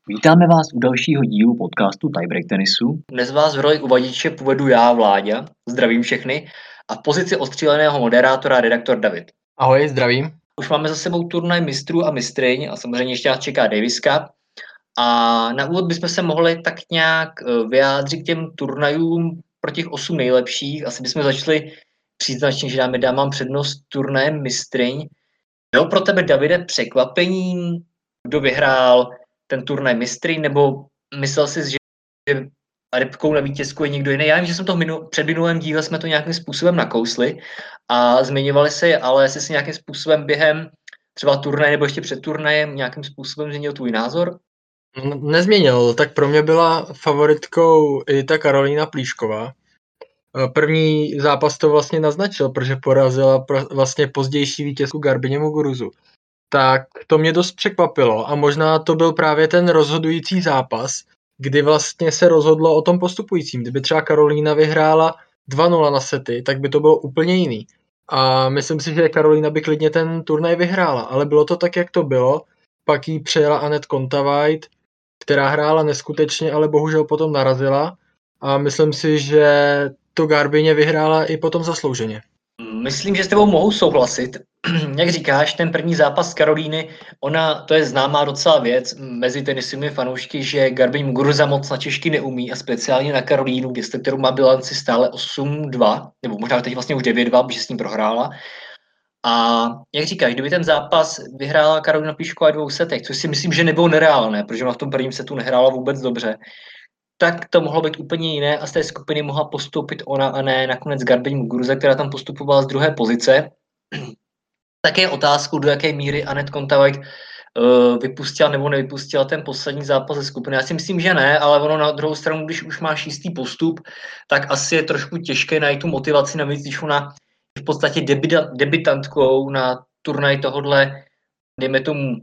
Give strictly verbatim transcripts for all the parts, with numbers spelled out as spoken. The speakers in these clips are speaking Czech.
Vítáme vás u dalšího dílu podcastu Tiebreak tenisu. Dnes vás v roli uvaděče povedu já, Vláďa. Zdravím všechny. A v pozici ostříleného moderátora redaktor David. Ahoj, zdravím. Už máme za sebou turnaj mistrů a mistryň a samozřejmě ještě nás čeká Davis Cup. A na úvod bychom se mohli tak nějak vyjádřit k těm turnajům pro těch osm nejlepších. Asi bychom začali příznačně, že dáme dámám přednost turnajem mistryň. Bylo pro tebe, Davide, překvapením, kdo vyhrál ten turnaj mistryň, nebo myslel jsi, že adeptkou na vítězku je někdo jiný? Já vím, že jsem to minul, před minulém díle jsme to nějakým způsobem nakousli a zmiňovali se, ale jestli si nějakým způsobem během třeba turnaje nebo ještě před turnajem nějakým způsobem změnil tvůj názor? Nezměnil, tak pro mě byla favoritkou i ta Karolína Plíšková. První zápas to vlastně naznačil, protože porazila vlastně pozdější vítězku Garbině Muguruzu. Tak to mě dost překvapilo a možná to byl právě ten rozhodující zápas, kdy vlastně se rozhodlo o tom postupujícím. Kdyby třeba Karolína vyhrála dva nula na sety, tak by to bylo úplně jiný. A myslím si, že Karolína by klidně ten turnaj vyhrála, ale bylo to tak, jak to bylo. Pak jí přejela Anett Kontaveit, která hrála neskutečně, ale bohužel potom narazila. A myslím si, že to Garbině vyhrála i potom zaslouženě. Myslím, že s tebou mohu souhlasit. Jak říkáš, ten první zápas Karolíny, ona, to je známá docela věc mezi tenisovými fanoušky, že Garbiň Muguruza moc na Češky neumí a speciálně na Karolínu, kde kterou má bilanci stále osm dva, nebo možná teď vlastně už devět dva, protože s ním prohrála. A jak říkáš, kdyby ten zápas vyhrála Karolína Plíšková dvou setech, což si myslím, že nebylo nereálné, protože ona v tom prvním setu nehrála vůbec dobře, tak to mohlo být úplně jiné a z té skupiny mohla postoupit ona a ne nakonec Garbiň Muguruza, která tam postupovala z druhé pozice. Také je otázkou, do jaké míry Anett Kontaveit uh, vypustila nebo nevypustila ten poslední zápas ze skupiny. Já si myslím, že ne, ale ono na druhou stranu, když už máš jistý postup, tak asi je trošku těžké najít tu motivaci, navíc když ona je v podstatě debita, debitantkou na turnaj tohodle, dejme tomu,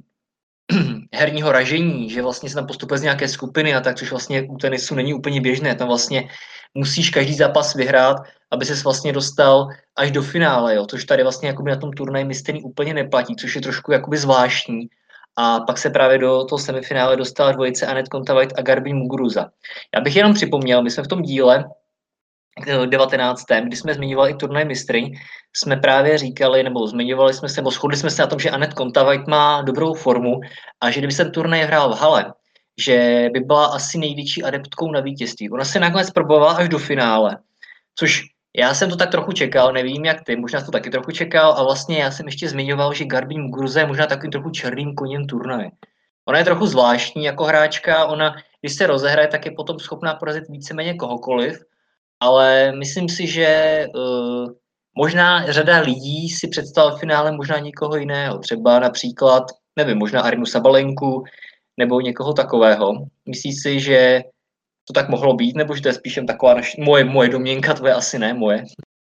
herního ražení, že vlastně se tam postupuje z nějaké skupiny a tak, což vlastně u tenisu není úplně běžné. Tam vlastně musíš každý zápas vyhrát, aby ses vlastně dostal až do finále, jo? Což tady vlastně jakoby na tom turnaji mistryní úplně neplatí, což je trošku jakoby zvláštní. A pak se právě do toho semifinále dostala dvojice Anett Kontaveit a Garbiň Muguruza. Já bych jenom připomněl, my jsme v tom díle devatenáctém, kdy jsme zmiňovali i turnaj mistryň, jsme právě říkali, nebo zmiňovali jsme se, nebo shodli jsme se na tom, že Anett Kontaveit má dobrou formu a že kdyby se turnaj hrál v hale, že by byla asi největší adeptkou na vítězství. Ona se nakonec probovala až do finále, což já jsem to tak trochu čekal, nevím jak ty, možná to taky trochu čekal a vlastně já jsem ještě zmiňoval, že Garbiň Muguruza je možná takovým trochu černým koněm turnaje. Ona je trochu zvláštní jako hráčka, ona, když se rozehraje, tak je potom schopná porazit víceméně kohokoliv, ale myslím si, že uh, možná řada lidí si představila v finále možná někoho jiného, třeba například, nevím, možná Arynu Sabalenku nebo někoho takového. Myslíš si, že to tak mohlo být, nebo že to je spíš taková naš, moje, moje domněnka, tvoje asi ne, moje?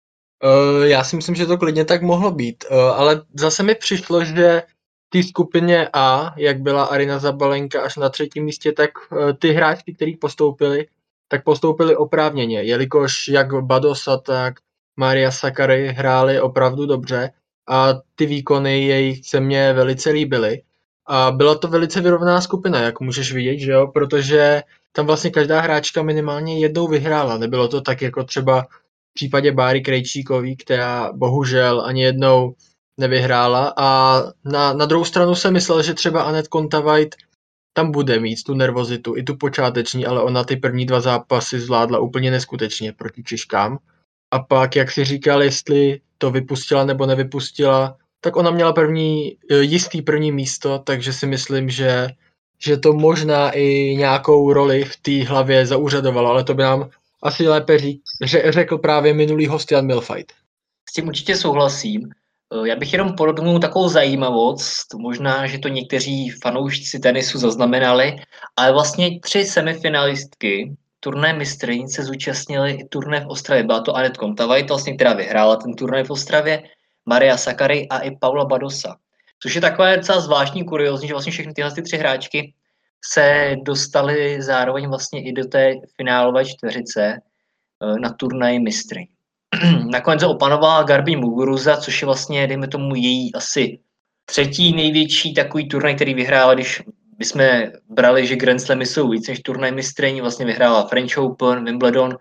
Uh, já si myslím, že to klidně tak mohlo být, uh, ale zase mi přišlo, že v té skupině A, jak byla Aryna Sabalenka až na třetím místě, tak uh, ty hráčky, kteří postoupili, tak postoupili oprávněně, jelikož jak Badosa, tak Maria Sakkari hráli opravdu dobře a ty výkony jejich se mně velice líbily. A byla to velice vyrovnaná skupina, jak můžeš vidět, že jo, protože tam vlastně každá hráčka minimálně jednou vyhrála. Nebylo to tak jako třeba v případě Báry Krejčíkový, která bohužel ani jednou nevyhrála. A na, na druhou stranu jsem myslel, že třeba Anett Kontaveit tam bude mít tu nervozitu, i tu počáteční, ale ona ty první dva zápasy zvládla úplně neskutečně proti Češkám. A pak, jak si říkal, jestli to vypustila nebo nevypustila, tak ona měla první, jistý první místo, takže si myslím, že, že to možná i nějakou roli v té hlavě zaúřadovalo, ale to by nám asi lépe řík, řekl právě minulý host Jan Milfajt. S tím určitě souhlasím. Já bych jenom podotknul takovou zajímavost, možná, že to někteří fanoušci tenisu zaznamenali, ale vlastně tři semifinalistky turné mistryň se zúčastnili i turné v Ostravě. Byla to Anett Kontaveit, vlastně, která vyhrála ten turnaj v Ostravě, Maria Sakkari a i Paula Badosa. Což je takové docela zvláštní, kuriózní, že vlastně všechny tyhle ty tři hráčky se dostaly zároveň vlastně i do té finálové čtveřice na turnaj mistryň. Nakonec opanovala Garbiň Muguruza, což je vlastně, dejme tomu, její asi třetí největší takový turnaj, který vyhrála, když my jsme brali, že Grand Slamy jsou víc než turnaj mistryň, vlastně vyhrála French Open, Wimbledon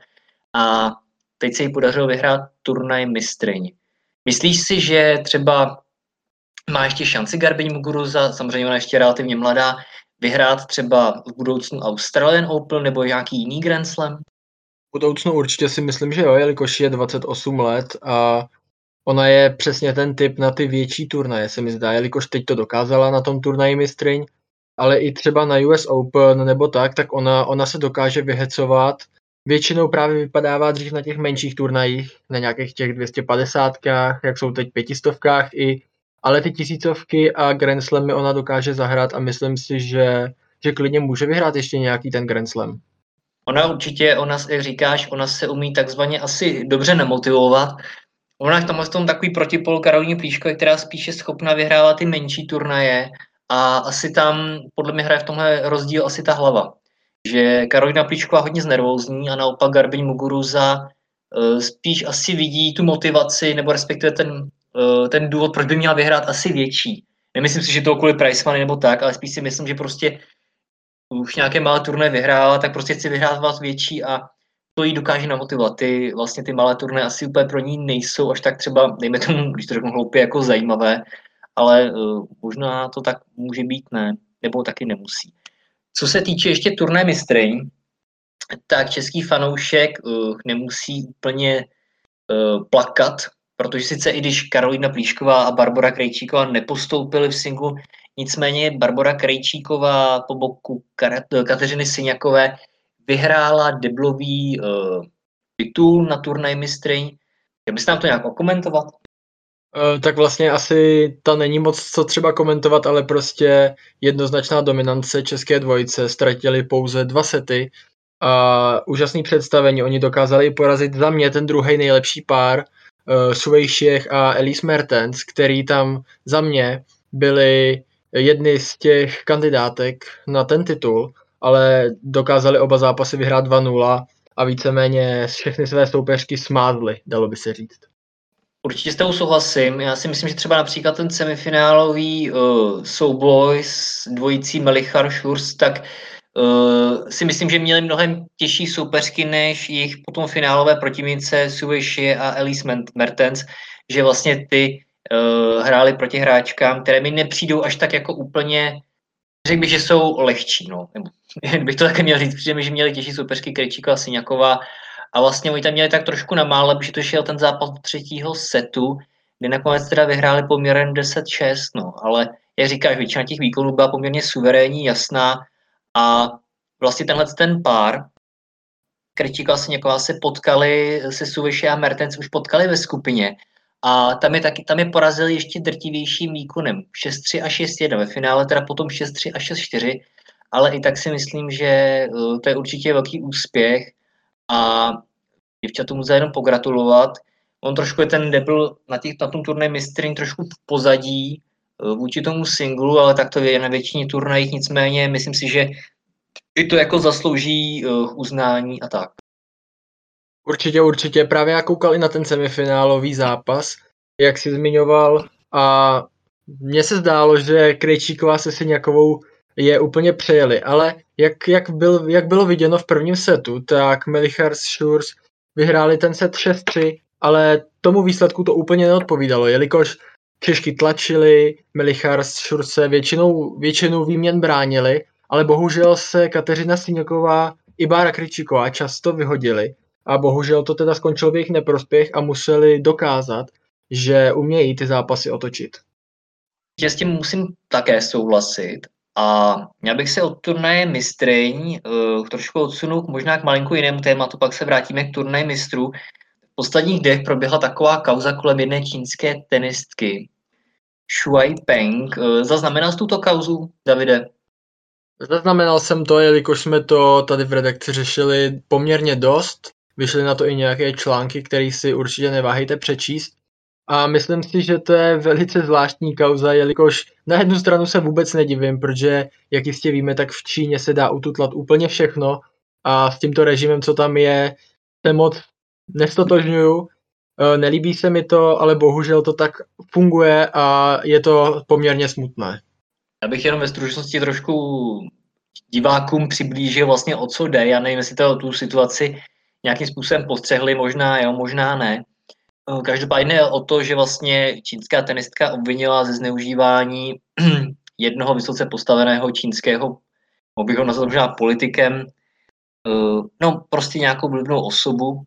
a teď se jí podařilo vyhrát turnaj mistryň. Myslíš si, že třeba má ještě šanci Garbiň Muguruza, samozřejmě ona ještě relativně mladá, vyhrát třeba v budoucnu Australian Open nebo nějaký jiný Grand Slam? V budoucnu určitě si myslím, že jo, jelikož je dvacet osm let a ona je přesně ten typ na ty větší turnaje, se mi zdá, jelikož teď to dokázala na tom turnaji mistryň, ale i třeba na U S Open nebo tak, tak ona, ona se dokáže vyhecovat. Většinou právě vypadává dřív na těch menších turnajích, na nějakých těch dvě stě padesátkách, jak jsou teď pětistovkách i, ale ty tisícovky a Grand Slamy ona dokáže zahrát a myslím si, že, že klidně může vyhrát ještě nějaký ten Grand Slam. Ona určitě, ona, jak říkáš, ona se umí takzvaně asi dobře nemotivovat. Ona tam v tom takový protipol Karolíně Plíškové, která spíše schopná vyhrávat ty menší turnaje a asi tam podle mě hraje v tomhle rozdíl asi ta hlava. Že Karolína Plíšková hodně znervózní a naopak Garbiň Muguruza uh, spíš asi vidí tu motivaci nebo respektive ten, uh, ten důvod, proč by měla vyhrát asi větší. Nemyslím si, že to kvůli prize money nebo tak, ale spíš si myslím, že prostě už nějaké malé turné vyhrála, tak prostě chci vyhrát vás větší a to jí dokáže namotivovat. Ty, vlastně ty malé turné asi úplně pro ní nejsou až tak třeba, dejme tomu, když to řeknu hloupě, jako zajímavé, ale uh, možná to tak může být, ne, nebo taky nemusí. Co se týče ještě turné mistryň, tak český fanoušek uh, nemusí úplně uh, plakat, protože sice i když Karolína Plíšková a Barbora Krejčíková nepostoupily v singlu, nicméně Barbora Krejčíková po boku Kateřiny Syňakové vyhrála deblový uh, titul na turnaj mistryň. Jak byste nám to nějak okomentovat? Uh, tak vlastně asi to není moc co třeba komentovat, ale prostě jednoznačná dominance české dvojice, ztratili pouze dva sety a úžasný představení. Oni dokázali porazit za mě ten druhý nejlepší pár, uh, Suvejšek a Elise Mertens, který tam za mě byli jedny z těch kandidátek na ten titul, ale dokázali oba zápasy vyhrát dva nula a víceméně všechny své soupeřky smázli, dalo by se říct. Určitě s tou souhlasím. Já si myslím, že třeba například ten semifinálový uh, souboj s dvojicí Melichar-Schurz, tak uh, si myslím, že měli mnohem těžší soupeřky než jejich potom finálové protivnice Suvejši a Elise Mertens, že vlastně ty uh, hráli proti hráčkám, které mi nepřijdou až tak jako úplně, řekl bych, že jsou lehčí. No. Bych to také měl říct, protože že měli těžší soupeřky Krejčíková a Syňaková. A vlastně oni tam měli tak trošku na mále, že to šel ten zápas do třetího setu, kdy nakonec teda vyhráli poměrem deset šest, no. Ale jak říkáš, většina těch výkonů byla poměrně suverénní, jasná a vlastně tenhle ten pár, Krejčíková a Syňaková se potkali se Suvejši a Mertens už potkali ve skupině a tam je, taky, tam je porazili ještě drtivějším výkonem šest tři a šest jedna, ve finále teda potom šest tři a šest čtyři, ale i tak si myslím, že to je určitě velký úspěch a děvčatům může jenom pogratulovat. On trošku je ten debl na, těch, na tom turnaji mistryň trošku v pozadí vůči tomu singlu, ale tak to je na většině turnajích, nicméně myslím si, že i to jako zaslouží uh, uznání a tak. Určitě, určitě. Právě já koukal i na ten semifinálový zápas, jak jsi zmiňoval, a mně se zdálo, že Krejčíková se Syňakovou je úplně přejeli, ale jak, jak, byl, jak bylo viděno v prvním setu, tak Melichar-Schurz vyhráli ten set šest tři, ale tomu výsledku to úplně neodpovídalo, jelikož Češky tlačili, Melichar-Schurz se většinou, většinou výměn bránili, ale bohužel se Kateřina Syňaková i Bára Krejčíková často vyhodili a bohužel to teda skončilo v jejich neprospěch a museli dokázat, že umějí ty zápasy otočit. S tím musím také souhlasit. A já bych se od turnaje mistryň uh, trošku odsunul možná k malinko jinému tématu, pak se vrátíme k turnaji mistrů. V posledních dnech proběhla taková kauza kolem jedné čínské tenistky, Shuai Peng. Uh, zaznamenal jsi tuto kauzu, Davide? Zaznamenal jsem to, jelikož jsme to tady v redakci řešili poměrně dost. Vyšly na to i nějaké články, které si určitě neváhejte přečíst. A myslím si, že to je velice zvláštní kauza, jelikož na jednu stranu se vůbec nedivím, protože, jak jistě víme, tak v Číně se dá ututlat úplně všechno a s tímto režimem, co tam je, se moc nestotožňuju. Nelíbí se mi to, ale bohužel to tak funguje a je to poměrně smutné. Já bych jenom ve stručnosti trošku divákům přiblížil vlastně o co jde. Já nevím, jestli to tu situaci nějakým způsobem postřehli, možná jo, možná ne. Každopádně je o to, že vlastně čínská tenistka obvinila ze zneužívání jednoho vysoce postaveného čínského, bych ho nazval možná politikem, no prostě nějakou vlivnou osobu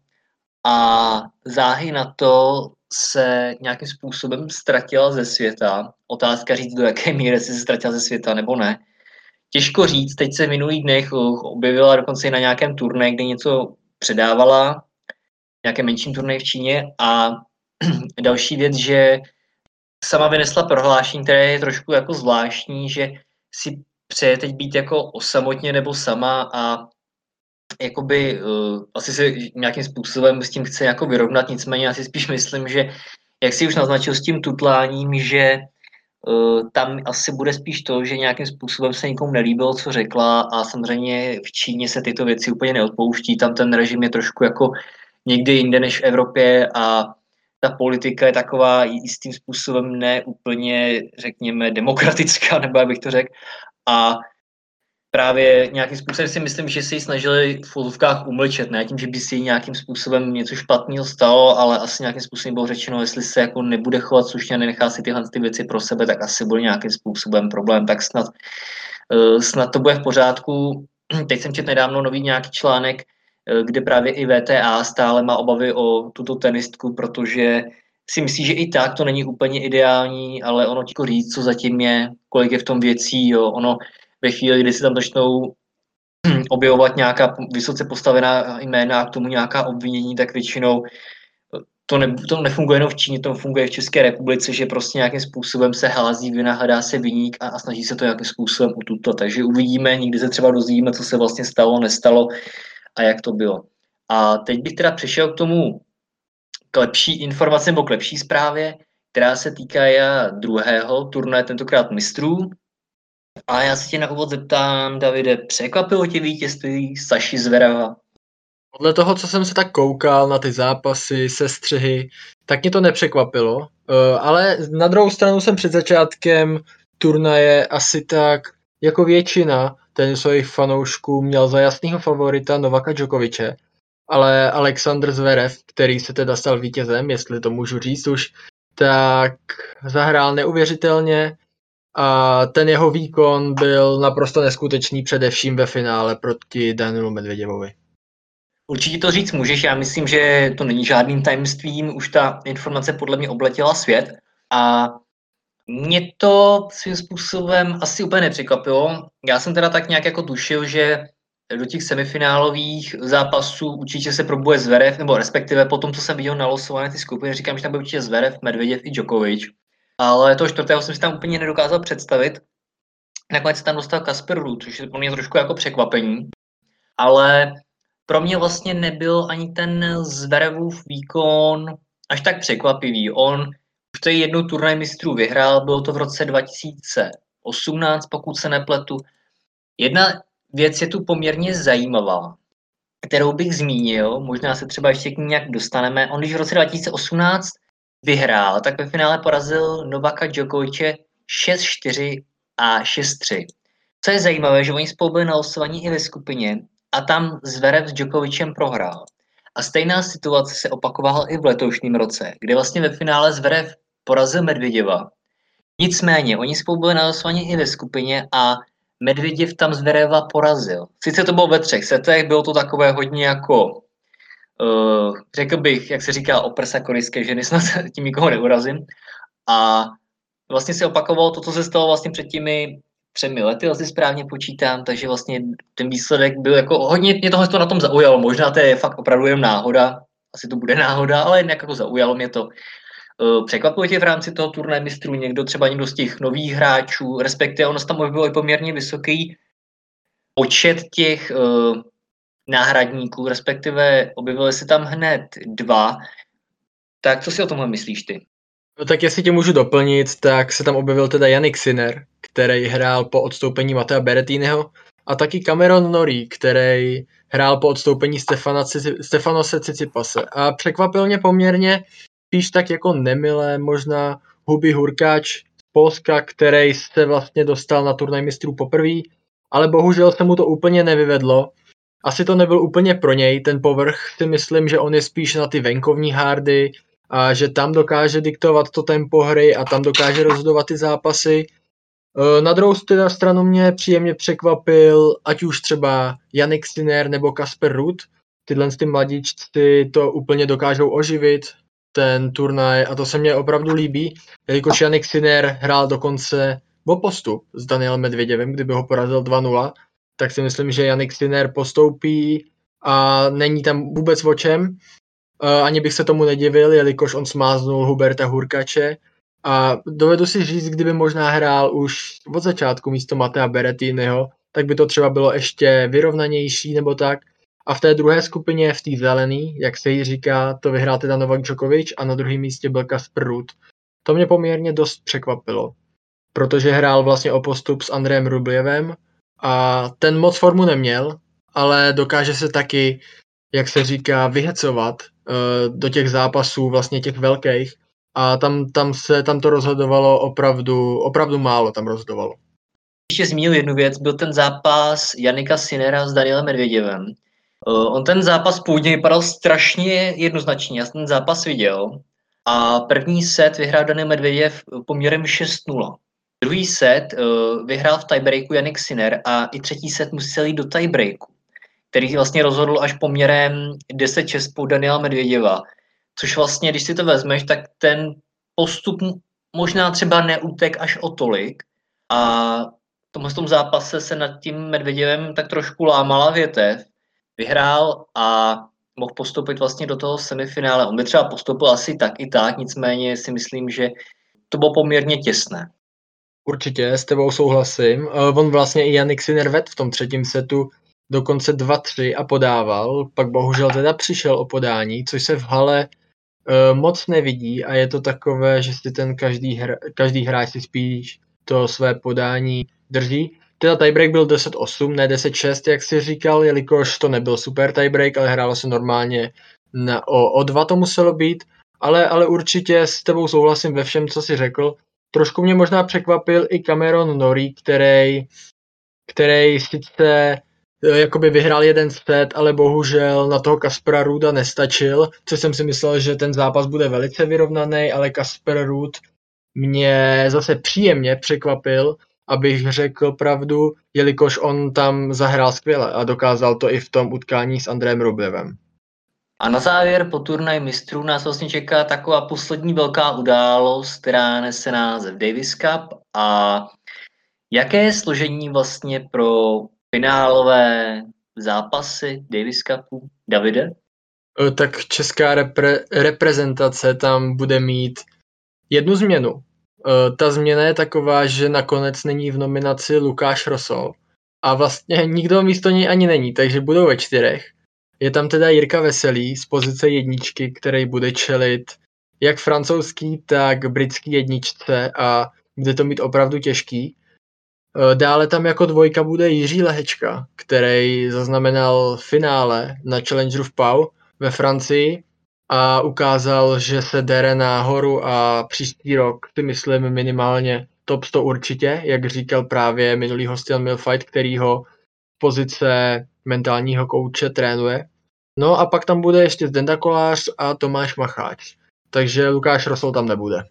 a záhy na to se nějakým způsobem ztratila ze světa. Otázka říct, do jaké míry se ztratila ze světa nebo ne. Těžko říct, teď se v minulých dnech objevila dokonce i na nějakém turné, kde něco předávala, nějaké menším turné v Číně a další věc, že sama vynesla prohlášení, které je trošku jako zvláštní, že si přeje teď být jako osamotně nebo sama a jakoby uh, asi se nějakým způsobem s tím chce jako vyrovnat, nicméně já si spíš myslím, že jak si už naznačil s tím tutláním, že uh, tam asi bude spíš to, že nějakým způsobem se nikomu nelíbilo, co řekla a samozřejmě v Číně se tyto věci úplně neodpouští, tam ten režim je trošku jako někdy jinde než v Evropě a ta politika je taková jistým způsobem neúplně, řekněme, demokratická, nebo jak bych to řekl. A právě nějakým způsobem si myslím, že si ji snažili v fotovkách umlčet, ne tím, že by si nějakým způsobem něco špatného stalo, ale asi nějakým způsobem bylo řečeno, jestli se jako nebude chovat slušně a nenechá si tyhle ty věci pro sebe, tak asi bude nějakým způsobem problém, tak snad, uh, snad to bude v pořádku. Teď jsem četl nedávno nový nějaký článek, kde právě i V T A stále má obavy o tuto tenistku, protože si myslí, že i tak to není úplně ideální, ale ono těžko říct, co zatím je, kolik je v tom věcí, jo. Ono ve chvíli, kdy si tam začnou objevovat nějaká vysoce postavená jména a k tomu nějaká obvinění, tak většinou to, ne, to nefunguje jenom v Číně, to funguje v České republice, že prostě nějakým způsobem se hází vina, hledá se viník a, a snaží se to nějakým způsobem ututlat. Takže uvidíme, někdy se třeba dozvíme, co se vlastně stalo, nestalo a jak to bylo. A teď bych teda přešel k tomu k lepší informaci nebo k lepší zprávě, která se týká druhého turnaje, tentokrát mistrů. A já se tě na úvod zeptám, Davide, překvapilo tě vítězství Saši Zvereva? Podle toho, co jsem se tak koukal na ty zápasy, sestřihy, tak mě to nepřekvapilo, ale na druhou stranu jsem před začátkem turnaje asi tak jako většina tenisových fanoušků měl za jasného favorita Novaka Djokoviče, ale Alexander Zverev, který se teda stal vítězem, jestli to můžu říct už, tak zahrál neuvěřitelně a ten jeho výkon byl naprosto neskutečný, především ve finále proti Danielu Medveděvovi. Určitě to říct můžeš, já myslím, že to není žádným tajemstvím, už ta informace podle mě obletěla svět a mě to svým způsobem asi úplně nepřekvapilo. Já jsem teda tak nějak jako tušil, že do těch semifinálových zápasů určitě se probuje Zverev, nebo respektive po tom, co jsem viděl na losované ty skupiny, říkám, že tam bude určitě Zverev, Medveděv i Djokovic. Ale toho čtvrtého jsem si tam úplně nedokázal představit. Nakonec se tam dostal Kasper Ruud, což je pro mě trošku jako překvapení. Ale pro mě vlastně nebyl ani ten Zverevův výkon až tak překvapivý. On už tady jednu turnaj mistrů vyhrál, bylo to v roce dva tisíce osmnáct, pokud se nepletu. Jedna věc je tu poměrně zajímavá, kterou bych zmínil, možná se třeba ještě k ní nějak dostaneme. On když v roce dva tisíce osmnáct vyhrál, tak ve finále porazil Novaka Djokoviče šest čtyři a šest tři. Co je zajímavé, že oni spolu byli na losovaní i ve skupině a tam Zverev s Djokovičem prohrál. A stejná situace se opakovala i v letošním roce, kde vlastně ve finále Zverev porazil Medvěděva. Nicméně, oni spolu byli na losovaní i ve skupině a Medvěděv tam Zvereva porazil. Sice to bylo ve třech setech, bylo to takové hodně jako, uh, řekl bych, jak se říká, o prsa korejské ženy, snad tím nikoho neurazím. A vlastně se opakovalo to, co se stalo vlastně před těmi třemi lety, asi správně počítám, takže vlastně ten výsledek byl jako, hodně mě tohle na tom zaujalo, možná to je fakt opravdu jen náhoda, asi to bude náhoda, ale jinak jako zaujalo mě to. Překvapuje tě v rámci toho turnaje mistrů někdo, třeba někdo z těch nových hráčů, respektive ono tam už bylo i poměrně vysoký počet těch uh, náhradníků, respektive objevily se tam hned dva. Tak co si o tomhle myslíš ty? No tak jestli tě můžu doplnit, tak se tam objevil teda Jannik Sinner, který hrál po odstoupení Matea Berrettiniho, a taky Cameron Norrie, který hrál po odstoupení Stefana Cici, Stefanose Tsitsipase. A překvapil mě poměrně spíš tak jako nemilé možná Hubi Hurkáč Polska, který se vlastně dostal na turnaj mistrů poprvé, ale bohužel se mu to úplně nevyvedlo. Asi to nebyl úplně pro něj, ten povrch si myslím, že on je spíš na ty venkovní hardy a že tam dokáže diktovat to tempo hry a tam dokáže rozhodovat ty zápasy. Na druhou stranu mě příjemně překvapil, ať už třeba Jannik Sinner nebo Kasper Ruud. Tyhle ty mladíčci to úplně dokážou oživit, ten turnaj, a to se mně opravdu líbí, jelikož Jannik Sinner hrál dokonce o postup s Danielem Medvěděvem, kdyby ho porazil dva nula, tak si myslím, že Jannik Sinner postoupí a není tam vůbec o čem. Ani bych se tomu nedivil, jelikož on smáznul Huberta Hurkače. A dovedu si říct, kdyby možná hrál už od začátku místo Matea Berrettiniho, tak by to třeba bylo ještě vyrovnanější nebo tak. A v té druhé skupině, v té zelený, jak se jí říká, to vyhrál teda Novak Djokovic a na druhém místě byl Kasper Ruud. To mě poměrně dost překvapilo, protože hrál vlastně o postup s Andrejem Rubljevem a ten moc formu neměl, ale dokáže se taky, jak se říká, vyhecovat uh, do těch zápasů vlastně těch velkých. A tam, tam se tam to rozhodovalo opravdu, opravdu málo tam rozhodovalo. Ještě zmínil jednu věc, byl ten zápas Jannika Sinnera s Danielem Medvěděvem. Uh, on ten zápas původně vypadal strašně jednoznačně, já jsem ten zápas viděl a první set vyhrál Daniel Medvěděv poměrem šest nula. Druhý set uh, vyhrál v tiebreaku Jannik Sinner a i třetí set musel jít do tiebreaku, který vlastně rozhodl až poměrem deset šest po Daniela Medvěděva. Což vlastně, když si to vezmeš, tak ten postup možná třeba neutek až o tolik a v tomhle tom zápase se nad tím Medvěděvem tak trošku lámala větev. Vyhrál a mohl postoupit vlastně do toho semifinále. On by třeba postoupil asi tak i tak, nicméně si myslím, že to bylo poměrně těsné. Určitě, s tebou souhlasím. On vlastně i Jannik Sinner vedl v tom třetím setu dokonce dva tři a podával, pak bohužel teda přišel o podání, což se v hale uh, moc nevidí a je to takové, že si ten každý, hra, každý hráč si spíš to své podání drží. Teda tiebreak byl deset osm, ne deset šest, jak si říkal, jelikož to nebyl super tiebreak, ale hrálo se normálně na, o, o dva to muselo být, ale, ale určitě s tebou souhlasím ve všem, co jsi řekl. Trošku mě možná překvapil i Cameron Norrie, který, který sice jakoby vyhrál jeden set, ale bohužel na toho Kaspera Ruuda nestačil, což jsem si myslel, že ten zápas bude velice vyrovnaný, ale Kasper Ruud mě zase příjemně překvapil, abych řekl pravdu, jelikož on tam zahrál skvěle a dokázal to i v tom utkání s Andrejem Rublevem. A na závěr po turnaji mistrů nás vlastně čeká taková poslední velká událost, která nese název Davis Cup. A jaké je složení vlastně pro finálové zápasy Davis Cupu, Davide? Tak česká repre- reprezentace tam bude mít jednu změnu. Ta změna je taková, že nakonec není v nominaci Lukáš Rosol a vlastně nikdo místo něj ani není, takže budou ve čtyřech. Je tam teda Jirka Veselý z pozice jedničky, který bude čelit jak francouzský, tak britský jedničce a bude to mít opravdu těžký. Dále tam jako dvojka bude Jiří Lehečka, který zaznamenal finále na Challengeru v Pau ve Francii a ukázal, že se dere nahoru a příští rok si myslím minimálně top sto určitě, jak říkal právě minulý host Jan Milfight, který ho z pozice mentálního kouče trénuje. No a pak tam bude ještě Zdenda Kolář a Tomáš Macháč, takže Lukáš Rosol tam nebude.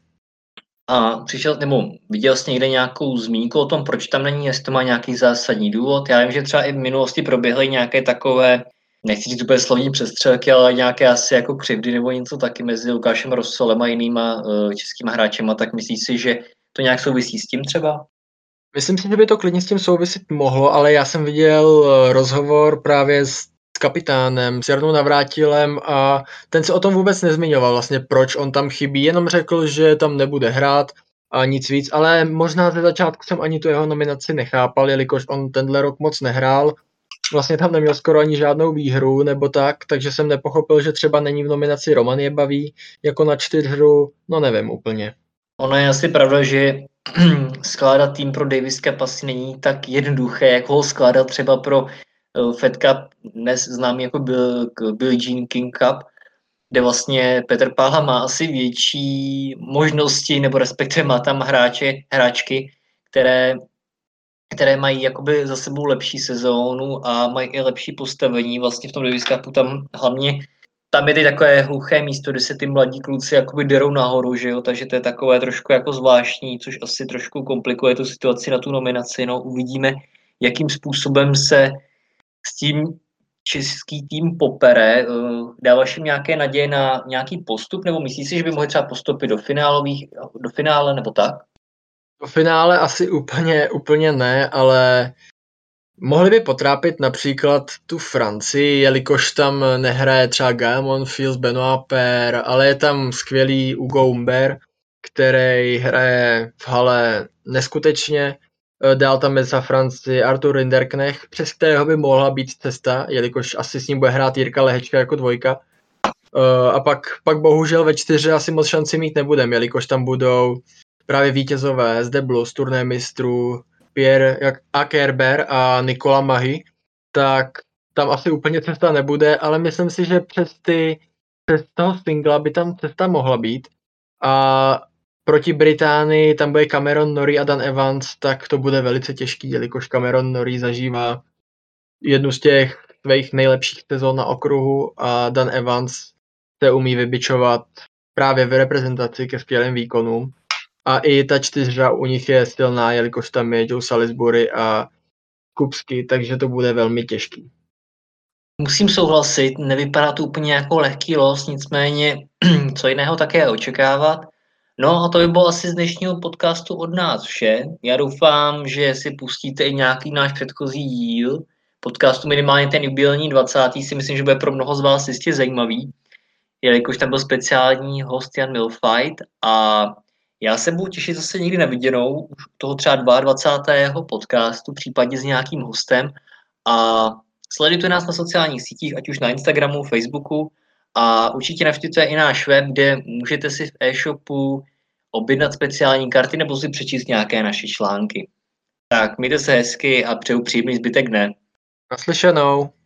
A přišel, nebo viděl jsi někde nějakou zmínku o tom, proč tam není, jestli to má nějaký zásadní důvod? Já vím, že třeba i v minulosti proběhly nějaké takové, nechci říct úplně slovní přestřelky, ale nějaké asi jako křivdy nebo něco taky mezi Lukášem Rosolem a jinýma uh, českýma hráčema, tak myslíš si, že to nějak souvisí s tím třeba? Myslím si, že by to klidně s tím souvisit mohlo, ale já jsem viděl rozhovor právě s kapitánem, s Jarnou Navrátilem a ten se o tom vůbec nezmiňoval vlastně, proč on tam chybí, jenom řekl, že tam nebude hrát a nic víc, ale možná ze začátku jsem ani tu jeho nominaci nechápal, jelikož on tenhle rok moc nehrál, vlastně tam neměl skoro ani žádnou výhru nebo tak, takže jsem nepochopil, že třeba není v nominaci Roman Jebavý jako na čtyřhru, no nevím úplně. Ono je asi pravda, že skládat tým pro Davis Cup asi není tak jednoduché, jako ho skládat třeba pro Fed Cup, dnes známý jako Billie Jean King Cup. kde vlastně Petr Pála má asi větší možnosti, nebo respektive má tam hráče, hráčky, které, které mají jakoby za sebou lepší sezónu a mají i lepší postavení. Vlastně v tom Davis Cupu tam hlavně tam je teď takové hluché místo, kde se ty mladí kluci jakoby derou nahoru, že jo? Takže to je takové trošku jako zvláštní, což asi trošku komplikuje tu situaci na tu nominaci. No, uvidíme, jakým způsobem se s tím český tým popere. Dáváš jim nějaké naděje na nějaký postup, nebo myslíš si, že by mohli třeba postupit do finálových, do finále, nebo tak? Do finále asi úplně, úplně ne, ale mohli by potrápit například tu Francii, jelikož tam nehraje třeba Gael Monfils, Benoit Paire, ale je tam skvělý Hugo Humbert, který hraje v hale neskutečně. Dál tam je za Francii Arthur Rinderknecht, přes kterého by mohla být cesta, jelikož asi s ním bude hrát Jirka Lehečka jako dvojka. A pak, pak bohužel ve čtyři asi moc šanci mít nebudeme, jelikož tam budou právě vítězové z The Blues, turné mistrů, Pierre Akerber a Nikola Mahy, tak tam asi úplně cesta nebude, ale myslím si, že přes, ty, přes toho singla by tam cesta mohla být. A proti Británii tam bude Cameron Norrie a Dan Evans, tak to bude velice těžký, jelikož Cameron Norrie zažívá jednu z těch svých nejlepších sezón na okruhu a Dan Evans se umí vybičovat právě v reprezentaci ke skvělým výkonům. A i ta čtyřra u nich je silná, jelikož tam je Joe Salisbury a Kupsky, takže to bude velmi těžký. Musím souhlasit, nevypadá to úplně jako lehký los, nicméně co jiného také očekávat. No a to by bylo asi z dnešního podcastu od nás vše. Já doufám, že si pustíte i nějaký náš předchozí díl podcastu, minimálně ten jubilejní dvacátý si myslím, že bude pro mnoho z vás jistě zajímavý, jelikož tam byl speciální host Jan Milfight a já se budu těšit zase někdy na viděnou, už toho třeba dvacátého druhého podcastu, případně s nějakým hostem a sledujte nás na sociálních sítích, ať už na Instagramu, Facebooku a určitě navštivte i náš web, kde můžete si v e-shopu objednat speciální karty nebo si přečíst nějaké naše články. Tak mějte se hezky a přeju příjemný zbytek dne. Naslyšenou.